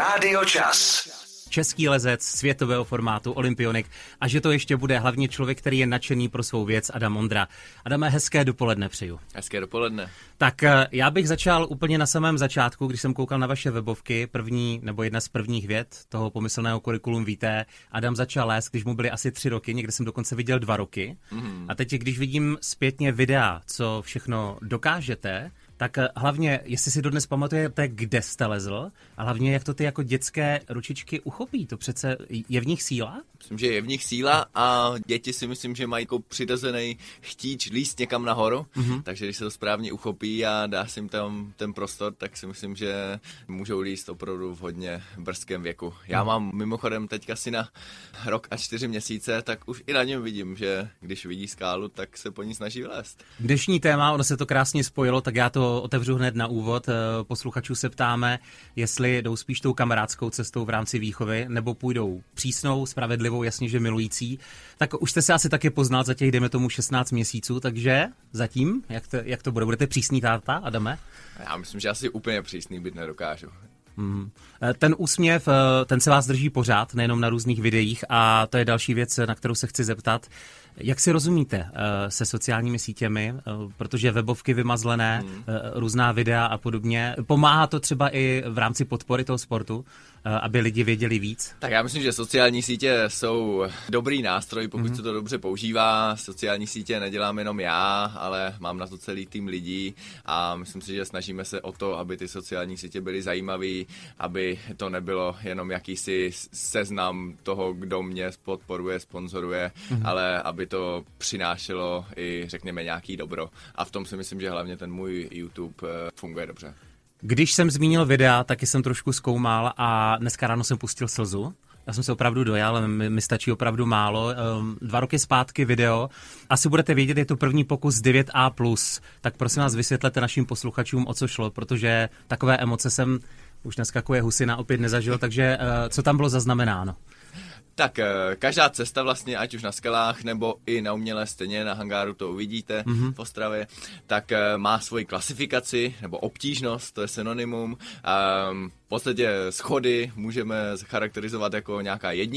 Rádio Čas. Český lezec světového formátu, olympionik a že to ještě bude hlavně člověk, který je nadšený pro svou věc, Adam Ondra. Adame, hezké dopoledne přeju. Hezké dopoledne. Tak já bych začal úplně na samém začátku, když jsem koukal na vaše webovky, jedna z prvních vět toho pomyslného kurikulum vitae. Adam začal lézt, když mu byly asi 3 roky, někde jsem dokonce viděl 2 roky. A teď, když vidím zpětně videa, co všechno dokážete, tak hlavně, jestli si dodnes pamatujete, kde jste lezl, a hlavně, jak to ty jako dětské ručičky uchopí, to přece je v nich síla? Myslím, že je v nich síla a děti si myslím, že mají jako přirozený chtíč líst někam nahoru, takže když se to správně uchopí a dá si jim tam ten prostor, tak si myslím, že můžou líst opravdu v hodně brzkém věku. Já mám mimochodem teďka syna 1 rok a 4 měsíce, tak už i na něm vidím, že když vidí skálu, tak se po ní snaží vlézt. Dnešní téma, ono se to krásně spojilo, tak já to otevřu hned na úvod. Posluchačů se ptáme, jestli jdou spíš tou kamarádskou cestou v rámci výchovy, nebo půjdou přísnou, spravedlivou, jasně, že milující. Tak už jste se asi taky poznal za těch, dejme tomu, 16 měsíců, takže zatím, jak to bude? Budete přísný táta, Adame? Já myslím, že asi úplně přísný být nedokážu. Ten úsměv, ten se vás drží pořád, nejenom na různých videích, a to je další věc, na kterou se chci zeptat. Jak si rozumíte se sociálními sítěmi, protože webovky vymazlené, různá videa a podobně, pomáhá to třeba i v rámci podpory toho sportu, aby lidi věděli víc? Tak já myslím, že sociální sítě jsou dobrý nástroj, pokud se to dobře používá. Sociální sítě nedělám jenom já, ale mám na to celý tým lidí a myslím si, že snažíme se o to, aby ty sociální sítě byly zajímavý, aby to nebylo jenom jakýsi seznam toho, kdo mě podporuje, sponzoruje, ale aby to přinášelo i, řekněme, nějaký dobro. A v tom si myslím, že hlavně ten můj YouTube funguje dobře. Když jsem zmínil videa, taky jsem trošku zkoumal a dneska ráno jsem pustil slzu. Já jsem se opravdu dojal, ale mi stačí opravdu málo. 2 roky zpátky video. Asi budete vědět, je to první pokus 9A+. Tak prosím vás, vysvětlete našim posluchačům, o co šlo, protože takové emoce jsem už neskakuje husina opět nezažil, takže co tam bylo zaznamenáno? Tak každá cesta vlastně, ať už na skalách nebo i na umělé stěně, na hangáru to uvidíte v Ostravě, tak má svoji klasifikaci nebo obtížnost, to je synonymum. V podstatě schody můžeme charakterizovat jako nějaká 1,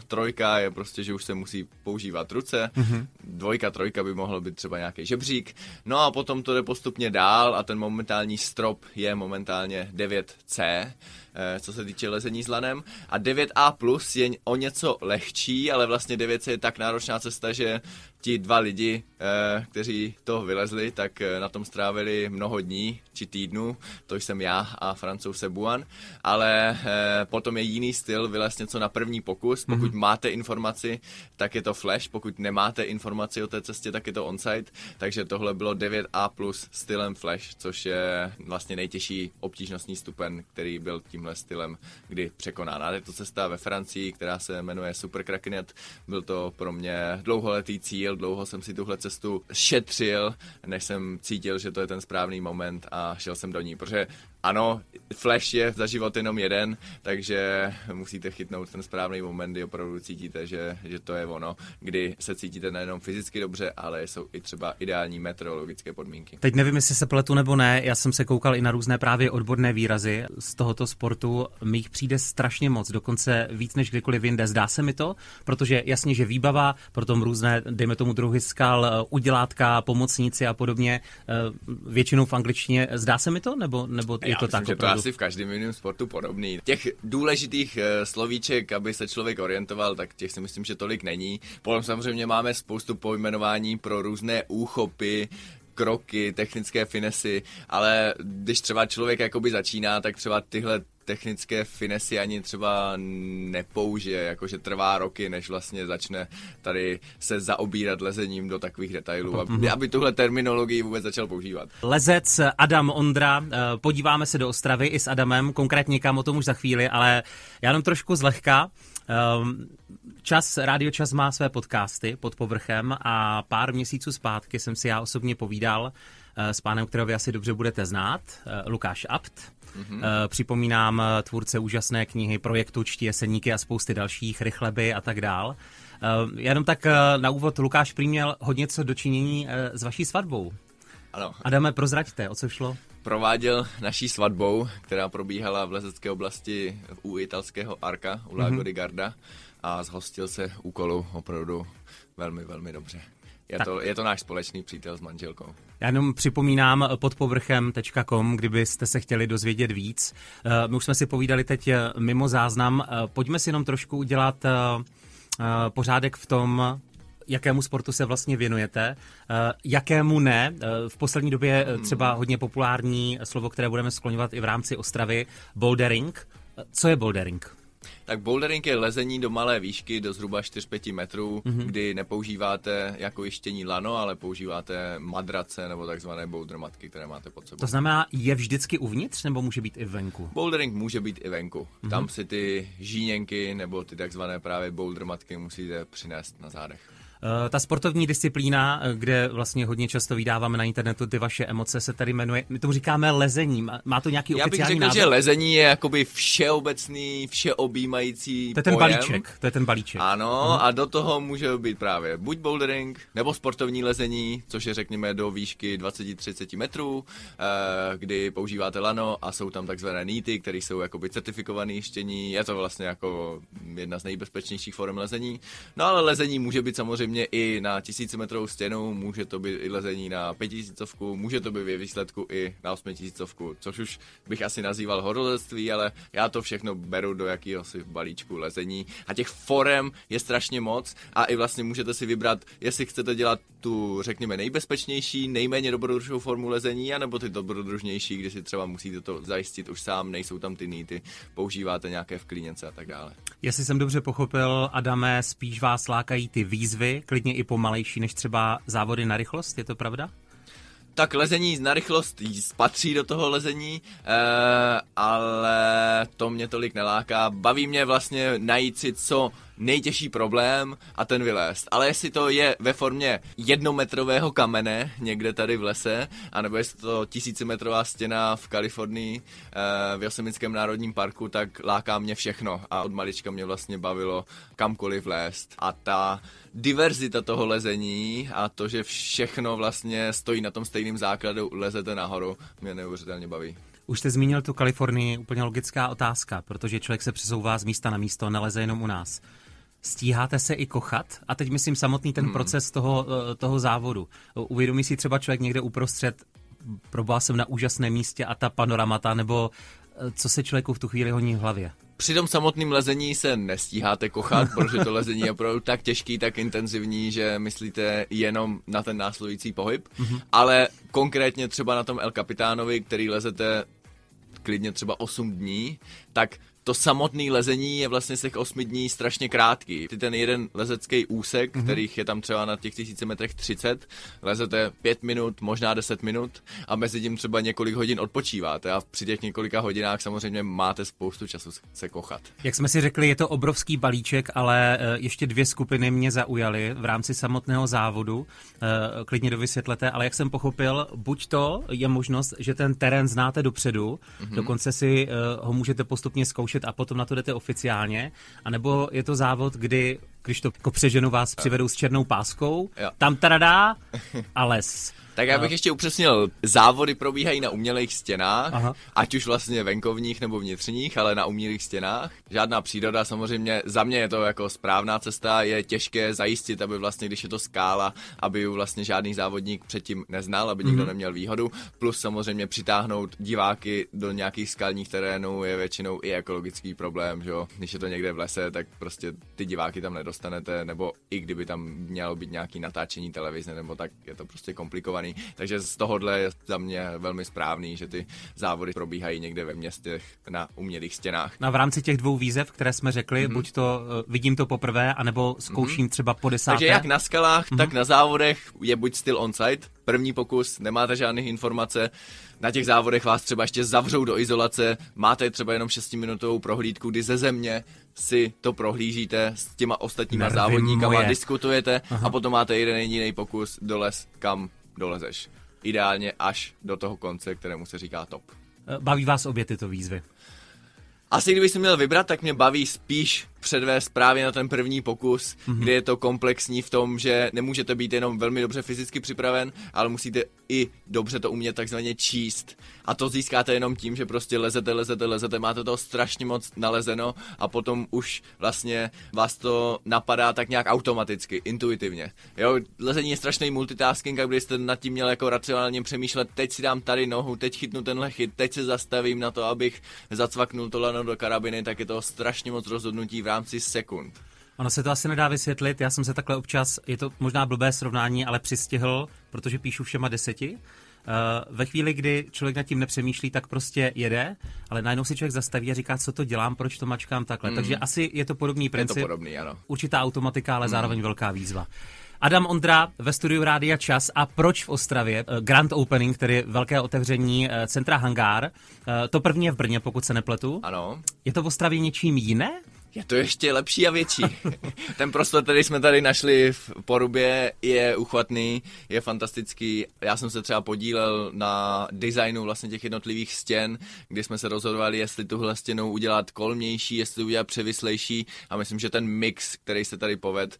3 je prostě, že už se musí používat ruce, 2, 3 by mohlo být třeba nějaký žebřík, no a potom to jde postupně dál a ten momentální strop je momentálně 9C, co se týče lezení s lanem, a 9A+ je o něco lehčí, ale vlastně 9C je tak náročná cesta, že ti 2 lidi, kteří to vylezli, tak na tom strávili mnoho dní či týdnů, to jsem já a Francouz Sebouan, ale potom je jiný styl vylézt něco na první pokus, pokud máte informaci, tak je to flash, pokud nemáte informaci o té cestě, tak je to onsite, takže tohle bylo 9A+ stylem flash, což je vlastně nejtěžší obtížnostní stupeň, který byl tímhle stylem kdy překonána. Je to cesta ve Francii, která se jmenuje Super Krakenet, byl to pro mě dlouholetý cíl, dlouho jsem si tuhle cestu šetřil, než jsem cítil, že to je ten správný moment a šel jsem do ní, protože ano, flash je za život jenom jeden, takže musíte chytnout ten správný moment, kdy opravdu cítíte, že to je ono, kdy se cítíte nejenom fyzicky dobře, ale jsou i třeba ideální meteorologické podmínky. Teď nevím, jestli se pletu nebo ne, já jsem se koukal i na různé právě odborné výrazy z tohoto sportu, mi jich přijde strašně moc, dokonce víc než kdykoliv jinde. Zdá se mi to, protože jasně, že výbava, potom různé, dejme tomu druhy skal, udělátka, pomocníci a podobně, většinou v angličtině. Zdá se mi to, nebo je to tak opravdu? To asi v každém jiném sportu podobný. Těch důležitých slovíček, aby se člověk orientoval, tak těch si myslím, že tolik není. Potom samozřejmě máme spoustu pojmenování pro různé úchopy, kroky, technické finesy, ale když třeba člověk jakoby začíná, tak třeba tyhle technické finesy ani třeba nepoužije, jakože trvá roky, než vlastně začne tady se zaobírat lezením do takových detailů, aby tuhle terminologii vůbec začal používat. Lezec Adam Ondra, podíváme se do Ostravy i s Adamem, konkrétně kam o tom už za chvíli, ale já jenom trošku zlehka. Rádio Čas má své podcasty Pod povrchem a pár měsíců zpátky jsem si já osobně povídal s pánem, kterého vy asi dobře budete znát, Lukáš Abt. Připomínám tvůrce úžasné knihy Projektu Čti jeseníky a spousty dalších, Rychleby a tak dál. Jenom tak na úvod, Lukáš prý měl hodně co dočinění s vaší svatbou. Ano. Adame, prozraďte, o co šlo? Prováděl naší svatbou, která probíhala v lezecké oblasti u italského Arca, u Lago di Garda, a zhostil se úkolu opravdu velmi, velmi dobře. Je to náš společný přítel s manželkou. Já jenom připomínám podpovrchem.com, kdybyste se chtěli dozvědět víc. My už jsme si povídali teď mimo záznam. Pojďme si jenom trošku udělat pořádek v tom, jakému sportu se vlastně věnujete, jakému ne. V poslední době třeba hodně populární slovo, které budeme skloňovat i v rámci Ostravy, bouldering. Co je bouldering? Tak bouldering je lezení do malé výšky, do zhruba 4-5 metrů, kdy nepoužíváte jako jištění lano, ale používáte madrace nebo takzvané boulder matky, které máte pod sebou. To znamená, je vždycky uvnitř nebo může být i venku? Bouldering může být i venku. Tam si ty žíněnky nebo ty takzvané právě boulder matky musíte přinést na zádech. Ta sportovní disciplína, kde vlastně hodně často vydáváme na internetu ty vaše emoce, se tady jmenuje, my tomu říkáme lezení. Má to nějaký oficiální název? Já bych řekl, že lezení je jakoby všeobecný, všeobjímající to je ten pojem. balíček. To je ten balíček. Ano, a do toho může být právě buď bouldering, nebo sportovní lezení, což je řekněme do výšky 20-30 metrů, kdy používáte lano a jsou tam takzvané nýty, které jsou jakoby certifikované jištění. Je to vlastně jako jedna z nejbezpečnějších forem lezení. No ale lezení může být samozřejmě i na 1000metrovou stěnu, může to být i lezení na 5000, může to být ve výsledku i na 8000, což už bych asi nazýval horolezectví, ale já to všechno beru do jakéhosi balíčku lezení. A těch forem je strašně moc a i vlastně můžete si vybrat, jestli chcete dělat tu, řekněme, nejbezpečnější, nejméně dobrodružnou formu lezení, anebo ty dobrodružnější, kdy si třeba musíte to zajistit už sám, nejsou tam ty nýty, používáte nějaké vklíněnce a tak dále. Jestli jsem dobře pochopil, Adame, spíš vás lákají ty výzvy, klidně i pomalejší než třeba závody na rychlost, je to pravda? Tak lezení na rychlost patří do toho lezení, ale to mě tolik neláká. Baví mě vlastně najít si co nejtěžší problém a ten vylézt. Ale jestli to je ve formě 1metrového kamene někde tady v lese, anebo jestli to 1000metrová stěna v Kalifornii v Yosemiteckém národním parku, tak láká mě všechno. A od malička mě vlastně bavilo kamkoliv lézt. A ta diverzita toho lezení a to, že všechno vlastně stojí na tom stejném základu, lezete nahoru, mě neuvěřitelně baví. Už jste zmínil tu Kalifornii, úplně logická otázka, protože člověk se přesouvá z místa na místo, neleze jenom u nás. Stíháte se i kochat? A teď myslím samotný ten proces toho závodu. Uvědomí si třeba člověk někde uprostřed, probál jsem na úžasném místě a ta panoramata, nebo co se člověku v tu chvíli honí v hlavě? Při tom samotném lezení se nestíháte kochat, protože to lezení je opravdu tak těžký, tak intenzivní, že myslíte jenom na ten následující pohyb. Ale konkrétně třeba na tom El Capitánovi, který lezete klidně třeba 8 dní, tak to samotné lezení je vlastně z těch 8 dní strašně krátký. Ty ten jeden lezecký úsek, kterých je tam třeba na těch 1000 metrech 30, lezete 5 minut, možná 10 minut a mezi tím třeba několik hodin odpočíváte a při těch několika hodinách samozřejmě máte spoustu času se kochat. Jak jsme si řekli, je to obrovský balíček, ale ještě 2 skupiny mě zaujaly v rámci samotného závodu. Klidně dovysvětlete, ale jak jsem pochopil, buď to je možnost, že ten terén znáte dopředu, dokonce si ho můžete postupně zkoušet a potom na to jdete oficiálně, anebo je to závod, kdy, když to jako přeženu, vás přivedou s černou páskou, tam tradá a les. Tak já bych ještě upřesnil, závody probíhají na umělých stěnách, ať už vlastně venkovních nebo vnitřních, ale na umělých stěnách. Žádná příroda, samozřejmě za mě je to jako správná cesta, je těžké zajistit, aby vlastně, když je to skála, aby ju vlastně žádný závodník předtím neznal, aby nikdo neměl výhodu, plus samozřejmě přitáhnout diváky do nějakých skalních terénů je většinou i ekologický problém, že jo? Když je to někde v lese, tak prostě ty diváky tam nedostanete, nebo i kdyby tam mělo být nějaký natáčení televize, nebo tak je to prostě komplikovaný. Takže z tohohle je za mě velmi správný, že ty závody probíhají někde ve městech na umělých stěnách. A v rámci těch 2 výzev, které jsme řekli, buď to vidím to poprvé, anebo zkouším třeba po 10. Takže jak na skalách, tak na závodech je buď styl on-site, první pokus, nemáte žádné informace, na těch závodech vás třeba ještě zavřou do izolace, máte třeba jenom 6minutovou prohlídku, kdy ze země si to prohlížíte s těma ostatníma závodníkama, diskutujete a potom máte jeden jediný pokus dolez, kam dolezeš. Ideálně až do toho konce, kterému se říká top. Baví vás obě tyto výzvy? Asi kdybych si měl vybrat, tak mě baví spíš předvést právě na ten první pokus, kde je to komplexní v tom, že nemůžete být jenom velmi dobře fyzicky připraven, ale musíte i dobře to umět takzvaně číst. A to získáte jenom tím, že prostě lezete, máte toho strašně moc nalezeno a potom už vlastně vás to napadá tak nějak automaticky, intuitivně. Jo, lezení je strašný multitasking, a kdybyste nad tím měl jako racionálně přemýšlet, teď si dám tady nohu, teď chytnu tenhle chyt, teď se zastavím na to, abych zacvaknul to lano do karabiny, tak je to strašně moc rozhodnutí v rámci sekund. Ono se to asi nedá vysvětlit, já jsem se takhle občas, je to možná blbé srovnání, ale přistihl, protože píšu všema 10. Ve chvíli, kdy člověk nad tím nepřemýšlí, tak prostě jede, ale najednou si člověk zastaví a říká, co to dělám, proč to mačkám takhle. Takže asi je to podobný princip. Je to podobný, ano. Určitá automatika, ale zároveň velká výzva. Adam Ondra ve studiu Rádia Čas. A proč v Ostravě? Grand Opening, tedy velké otevření centra Hangár. To první je v Brně, pokud se nepletu. Ano. Je to v Ostravě něčím jiné? Je to ještě lepší a větší. Ten prostor, který jsme tady našli v Porubě, je uchvatný, je fantastický. Já jsem se třeba podílel na designu vlastně těch jednotlivých stěn, kdy jsme se rozhodovali, jestli tuhle stěnu udělat kolmější, jestli udělat převislejší, a myslím, že ten mix, který se tady povedl,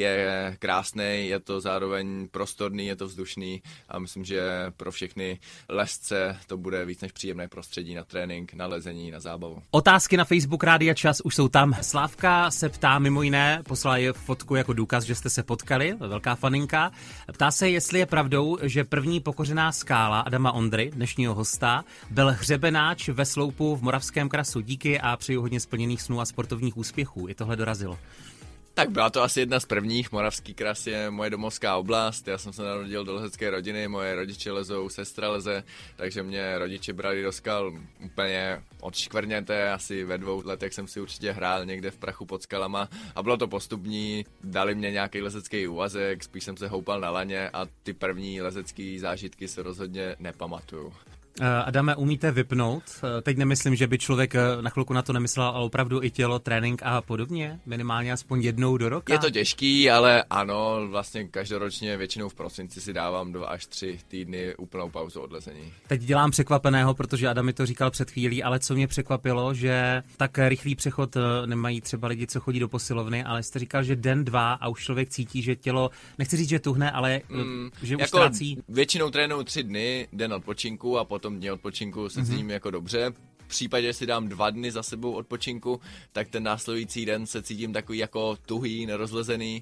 je krásný, je to zároveň prostorný, je to vzdušný a myslím, že pro všechny lezce to bude víc než příjemné prostředí na trénink, na lezení, na zábavu. Otázky na Facebook Rádia Čas už jsou tam. Slávka se ptá mimo jiné, poslala je fotku jako důkaz, že jste se potkali, velká faninka. Ptá se, jestli je pravdou, že první pokořená skála Adama Ondry, dnešního hosta, byl hřebenáč ve Sloupu v Moravském krasu. Díky a přeju hodně splněných snů a sportovních úspěchů. I tohle dorazilo. Tak byla to asi jedna z prvních. Moravský kras je moje domovská oblast. Já jsem se narodil do lezecké rodiny, moje rodiče lezou, sestra leze, takže mě rodiče brali do skal úplně od škvrněte. Asi ve 2 letech jsem si určitě hrál někde v prachu pod skalama a bylo to postupní. Dali mě nějaký lezecký úvazek, spíš jsem se houpal na laně a ty první lezecké zážitky se rozhodně nepamatuju. Adame, umíte vypnout? Teď nemyslím, že by člověk na chvilku na to nemyslel, ale opravdu i tělo, trénink a podobně? Minimálně aspoň jednou do roka? Je to těžký, ale ano, vlastně každoročně většinou v prosinci si dávám 2 až 3 týdny úplnou pauzu od lezení. Teď dělám překvapeného, protože Adam mi to říkal před chvílí, ale co mě překvapilo, že tak rychlý přechod nemají třeba lidi, co chodí do posilovny, ale jste říkal, že den, 2 a už člověk cítí, že tělo, nechci říct, že tuhne, ale že už jako ztrácí. Většinou trénuju 3 dny, den odpočinku a potom dny odpočinku se cítím jako dobře. V případě, že si dám 2 dny za sebou odpočinku, tak ten následující den se cítím takový jako tuhý, nerozlezený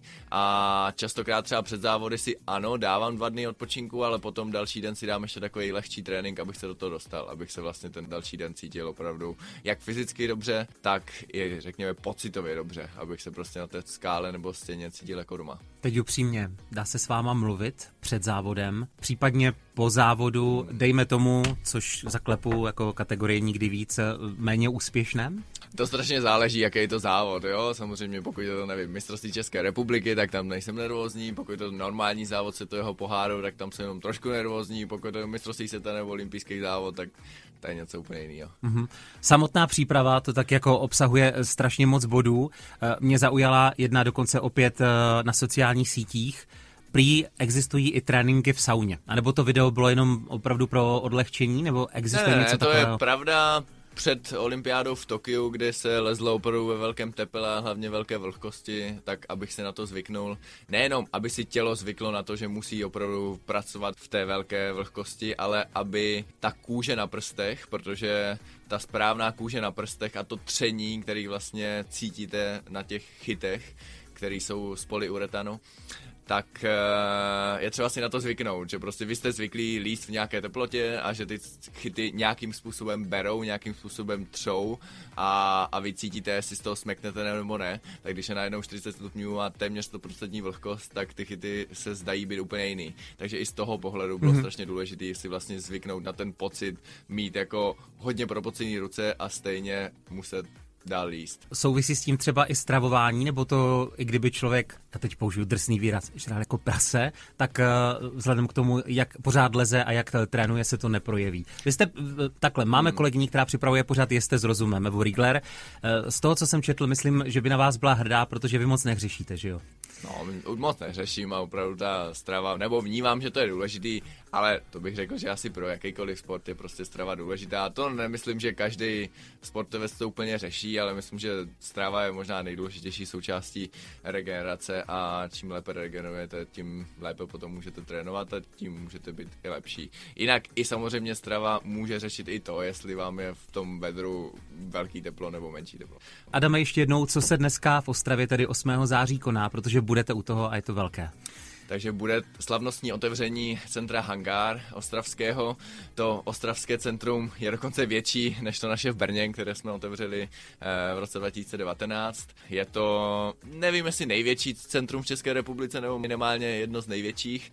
a častokrát třeba před závody si ano, dávám 2 dny odpočinku, ale potom další den si dám ještě takový lehčí trénink, abych se do toho dostal, abych se vlastně ten další den cítil opravdu jak fyzicky dobře, tak i řekněme pocitově dobře, abych se prostě na té skále nebo stěně cítil jako doma. Teď upřímně, dá se s váma mluvit před závodem, případně po závodu, dejme tomu, což zaklepu jako kategorii nikdy víc, méně úspěšném? To strašně záleží, jaký je to závod, jo, samozřejmě pokud je to, nevím, mistrovství České republiky, tak tam nejsem nervózní, pokud je to normální závod světového poháru, tak tam jsem jenom trošku nervózní, pokud je to mistrovství světa nebo olympijský závod, tak to je něco úplně jiného. Samotná příprava to tak jako obsahuje strašně moc bodů. Mě zaujala jedna dokonce opět na sociálních sítích. Prý existují i tréninky v sauně. A nebo to video bylo jenom opravdu pro odlehčení, nebo existuje něco takového? To je pravda. Před olympiádou v Tokiu, kde se lezlo opravdu ve velkém teple a hlavně velké vlhkosti, tak abych se na to zvyknul. Nejenom, aby si tělo zvyklo na to, že musí opravdu pracovat v té velké vlhkosti, ale aby ta kůže na prstech, protože ta správná kůže na prstech a to tření, který vlastně cítíte na těch chytech, které jsou z polyuretanu, tak je třeba si na to zvyknout, že prostě vy jste zvyklí líst v nějaké teplotě a že ty chyty nějakým způsobem berou, nějakým způsobem třou a vy cítíte, jestli z toho smeknete nebo ne, tak když je najednou 40 stupňů a téměř 100% vlhkost, tak ty chyty se zdají být úplně jiný. Takže i z toho pohledu bylo strašně důležité si vlastně zvyknout na ten pocit, mít jako hodně propocený ruce a stejně muset dál jíst. Souvisí s tím třeba i stravování, nebo to, i kdyby člověk, a teď použiju drsný výraz, žral jako prase, tak vzhledem k tomu, jak pořád leze a jak trénuje, se to neprojeví. Vy jste, takhle, máme kolegyni, která připravuje pořád Jeste s rozumem, Evo Riegler. Z toho, co jsem četl, myslím, že by na vás byla hrdá, protože vy moc nehřešíte, že jo? No, moc neřeším a opravdu ta strava, nebo vnímám, že to je důležitý, ale to bych řekl, že asi pro jakýkoliv sport je prostě strava důležitá. To nemyslím, že každý sportovec to úplně řeší, ale myslím, že strava je možná nejdůležitější součástí regenerace a čím lépe regenerujete, tím lépe potom můžete trénovat a tím můžete být i lepší. Jinak i samozřejmě strava může řešit i to, jestli vám je v tom vedru velký teplo nebo menší teplo. Adame, ještě jednou, co se dneska v Ostravě, tedy 8. září koná, protože budete u toho a je to velké. Takže bude slavnostní otevření centra Hangár ostravského. To ostravské centrum je dokonce větší než to naše v Brně, které jsme otevřeli v roce 2019. Je to, nevím jestli největší centrum v České republice, nebo minimálně jedno z největších.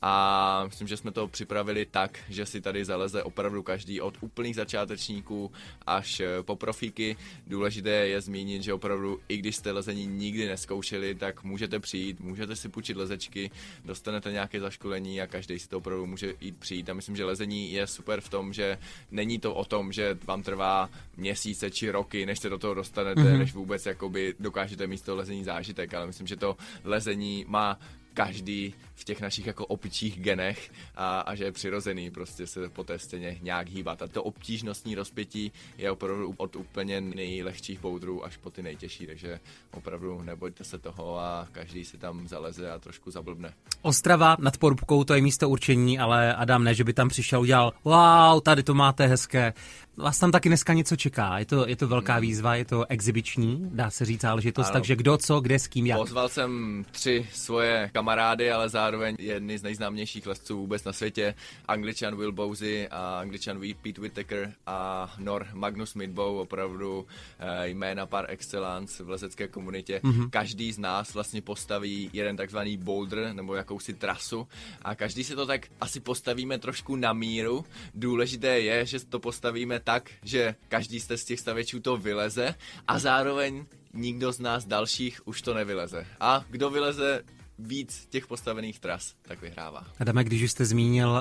A myslím, že jsme to připravili tak, že si tady zaleze opravdu každý od úplných začátečníků až po profíky. Důležité je zmínit, že opravdu, i když jste lezení nikdy nezkoušeli, tak můžete přijít, můžete si půjčit lezečky, dostanete nějaké zaškolení a každý si to opravdu může jít přijít. A myslím, že lezení je super v tom, že není to o tom, že vám trvá měsíce či roky, než se do toho dostanete, než vůbec jakoby dokážete mít z toho lezení zážitek, ale myslím, že to lezení má každý v těch našich jako opičích genech a že je přirozený prostě se po té stěně nějak hýbat. A to obtížnostní rozpětí je opravdu od úplně nejlehčích boudrů až po ty nejtěžší, takže opravdu nebojte se toho a každý si tam zaleze a trošku zablbne. Ostrava nad Porubkou, to je místo určení, ale Adam, ne, že by tam přišel, udělal wow, tady to máte hezké. Vás tam taky dneska něco čeká, je to velká výzva, je to exibiční, dá se říct záležitost, takže kdo, co, kde, s kým, jak. Pozval jsem 3 svoje kamarády, ale zároveň jedny z nejznámějších lezců vůbec na světě, Angličan Will Bowsy a Angličan Pete Whittaker a Nor Magnus Midbow, opravdu jména par excellence v lezecké komunitě. Každý z nás vlastně postaví jeden takzvaný boulder nebo jakousi trasu a každý si to tak asi postavíme trošku na míru. Důležité je, že to postavíme tak, že každý z těch stavěčů to vyleze a zároveň nikdo z nás dalších už to nevyleze. A kdo vyleze víc těch postavených tras, tak vyhrává. Adame, když už jste zmínil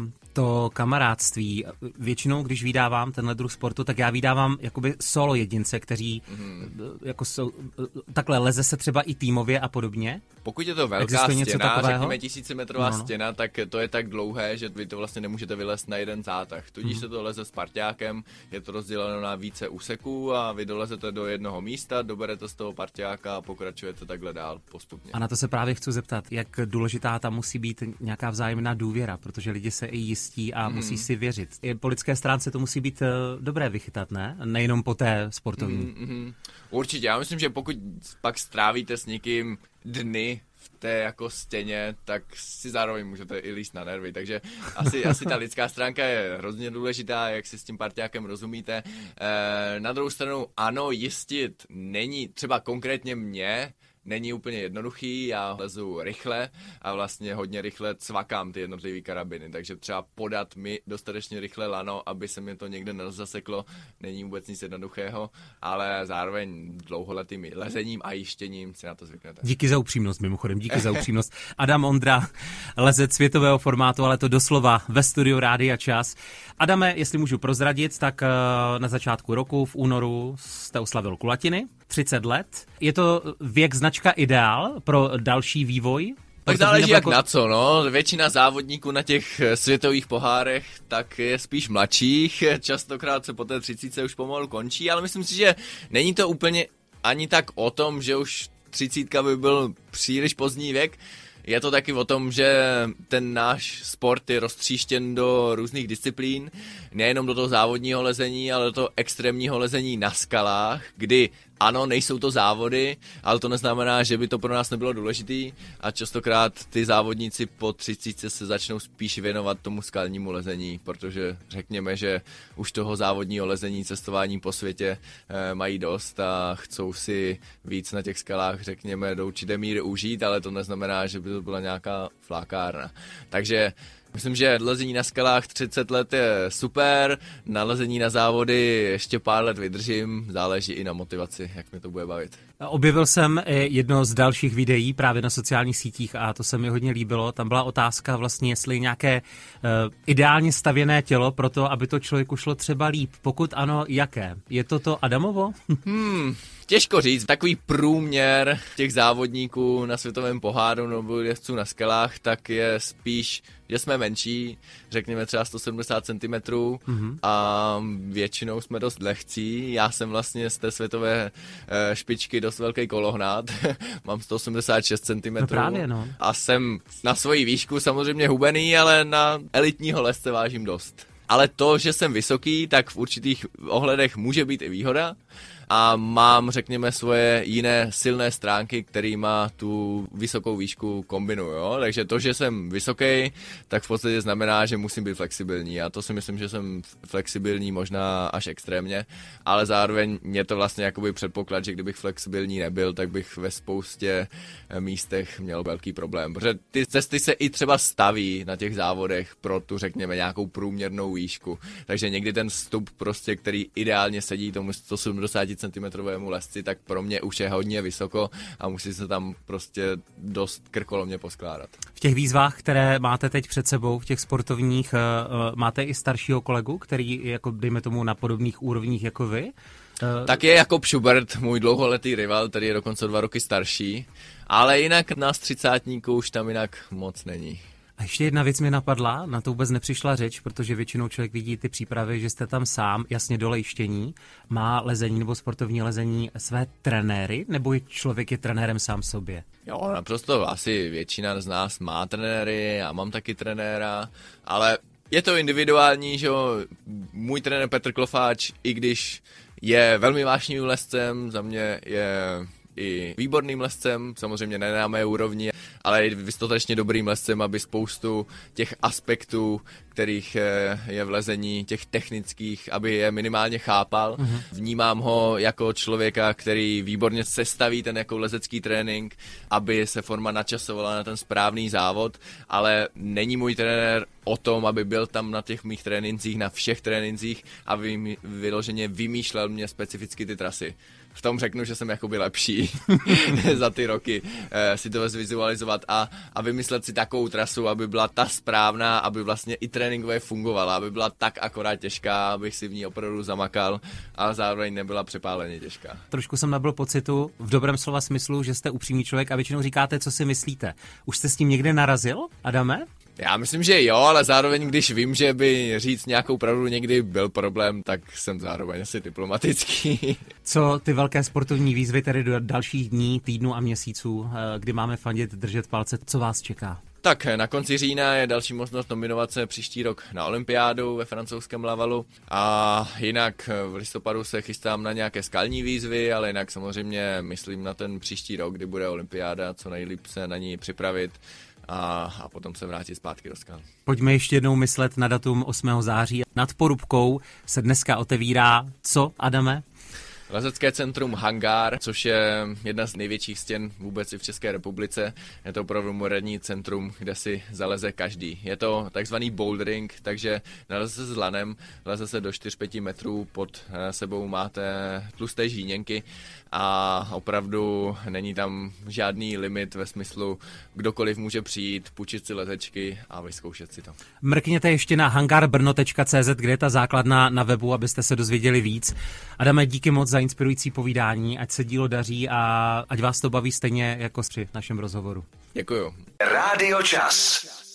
to kamarádství, většinou, když vydávám tenhle druh sportu, tak já vydávám jakoby solo jedince, kteří jako jsou, takhle leze se třeba i týmově a podobně. Pokud je to velká stěna, řekněme 1000metrová stěna, tak to je tak dlouhé, že vy to vlastně nemůžete vylézt na jeden zátah. Tudíž se to leze s parťákem, je to rozděleno na více úseků a vy dolezete do jednoho místa, doberete z toho parťáka a pokračujete takhle dál postupně. A na to se právě chci zeptat, jak důležitá tam musí být nějaká vzájemná důvěra, protože lidi se i jistí a musí si věřit. I po lidské stránce to musí být dobré vychytat, ne? Nejenom po té sportovní. Určitě, já myslím, že pokud pak strávíte s někým dny v té jako stěně, tak si zároveň můžete i líst na nervy, takže asi ta lidská stránka je hrozně důležitá, jak si s tím parťákem rozumíte. Na druhou stranu ano, jistit není třeba konkrétně mě, není úplně jednoduchý, já lezu rychle a vlastně hodně rychle cvakám ty jednotlivé karabiny, takže třeba podat mi dostatečně rychle lano, aby se mi to někde nezaseklo, není vůbec nic jednoduchého, ale zároveň dlouholetým lezením a jištěním si na to zvyknete. Díky za upřímnost, mimochodem, díky za upřímnost. Adam Ondra, lezec světového formátu, ale to doslova ve studiu Rádia Čas. Adame, jestli můžu prozradit, tak na začátku roku v únoru jste oslavil kulatiny, 30 let. Je to věk značka ideál pro další vývoj? Tak záleží jak na co, no. Většina závodníků na těch světových pohárech tak je spíš mladších, častokrát se po té 30 už pomalu končí, ale myslím si, že není to úplně ani tak o tom, že už 30 by byl příliš pozdní věk. Je to taky o tom, že ten náš sport je roztříštěn do různých disciplín, nejenom do toho závodního lezení, ale do toho extrémního lezení na skalách, kdy ano, nejsou to závody, ale to neznamená, že by to pro nás nebylo důležitý a častokrát ty závodníci po 30 se začnou spíš věnovat tomu skalnímu lezení, protože řekněme, že už toho závodního lezení, cestování po světě mají dost a chcou si víc na těch skalách, řekněme, do určité míry užít, ale to neznamená, že by to byla nějaká flákárna. Takže Myslím, že lezení na skalách 30 let je super, na lezení na závody ještě pár let vydržím, záleží i na motivaci, jak mi to bude bavit. Objevil jsem jedno z dalších videí právě na sociálních sítích a to se mi hodně líbilo. Tam byla otázka vlastně, jestli nějaké ideálně stavěné tělo pro to, aby to člověku šlo třeba líp. Pokud ano, jaké? Je to Adamovo? Těžko říct, takový průměr těch závodníků na světovém poháru nebo jezdců na skalách, tak je spíš, že jsme menší, řekněme třeba 170 cm a většinou jsme dost lehcí. Já jsem vlastně z té světové špičky dost velký kolohnát, mám 186 cm no právě, no. A jsem na svoji výšku samozřejmě hubený, ale na elitního lezce vážím dost. Ale to, že jsem vysoký, tak v určitých ohledech může být i výhoda. A mám, řekněme, svoje jiné silné stránky, kterýma tu vysokou výšku kombinuju, jo? Takže to, že jsem vysoký, tak v podstatě znamená, že musím být flexibilní. A to si myslím, že jsem flexibilní možná až extrémně, ale zároveň mě to vlastně jakoby předpoklad, že kdybych flexibilní nebyl, tak bych ve spoustě místech měl velký problém. Protože ty cesty se i třeba staví na těch závodech pro tu, řekněme, nějakou průměrnou výšku. Takže někdy ten vstup prostě, který ideálně sedí tomu 170 centimetrovému lezci, tak pro mě už je hodně vysoko a musí se tam prostě dost krkolomně poskládat. V těch výzvách, které máte teď před sebou, v těch sportovních, máte i staršího kolegu, který je, jako dejme tomu, na podobných úrovních jako vy? Tak je Jakub Schubert, můj dlouholetý rival, který je dokonce 2 roky starší, ale jinak nás 30 už tam jinak moc není. A ještě jedna věc mi napadla, na to vůbec nepřišla řeč, protože většinou člověk vidí ty přípravy, že jste tam sám, jasně dolejštění. Má lezení nebo sportovní lezení své trenéry, nebo člověk je trenérem sám sobě? Jo, naprosto asi většina z nás má trenéry, já mám taky trenéra, ale je to individuální, že můj trenér Petr Klofáč, i když je velmi vášnivým lezcem, za mě je i výborným lezcem, samozřejmě ne na mé úrovni, ale i dostatečně dobrým lezcem, aby spoustu těch aspektů, kterých je v lezení, těch technických, aby je minimálně chápal. Vnímám ho jako člověka, který výborně sestaví ten jako lezecký trénink, aby se forma načasovala na ten správný závod, ale není můj trenér o tom, aby byl tam na těch mých trénincích, na všech trénincích, aby vyloženě vymýšlel mě specificky ty trasy. V tom řeknu, že jsem jakoby lepší za ty roky si to zvizualizovat a vymyslet si takovou trasu, aby byla ta správná, aby vlastně i tréninkově fungovala, aby byla tak akorát těžká, abych si v ní opravdu zamakal, ale zároveň nebyla přepáleně těžká. Trošku jsem nabyl pocitu, v dobrém slova smyslu, že jste upřímný člověk a většinou říkáte, co si myslíte. Už jste s tím někde narazil, Adame? Já myslím, že jo, ale zároveň, když vím, že by říct nějakou pravdu někdy byl problém, tak jsem zároveň asi diplomatický. Co ty velké sportovní výzvy tedy do dalších dní, týdnů a měsíců, kdy máme fandit, držet palce, co vás čeká? Tak na konci října je další možnost nominovat se příští rok na olympiádu ve francouzském Lavalu a jinak v listopadu se chystám na nějaké skalní výzvy, ale jinak samozřejmě myslím na ten příští rok, kdy bude olympiáda, co nejlíp se na ní připravit a potom se vrátit zpátky do skal. Pojďme ještě jednou myslet na datum 8. září. Nad Porubkou se dneska otevírá co, Adame? Lezecké centrum Hangár, což je jedna z největších stěn vůbec i v České republice. Je to opravdu moderní centrum, kde si zaleze každý. Je to takzvaný bouldering, takže naleze se s lanem, leze se do 4-5 metrů, pod sebou máte tlusté žíněnky a opravdu není tam žádný limit ve smyslu, kdokoliv může přijít, půjčit si lezečky a vyzkoušet si to. Mrkněte ještě na hangarbrno.cz, kde je ta základna na webu, abyste se dozvěděli víc. Adame, díky moc za inspirující povídání, ať se dílo daří a ať vás to baví stejně jako při našem rozhovoru. Děkuju. Rádio Čas.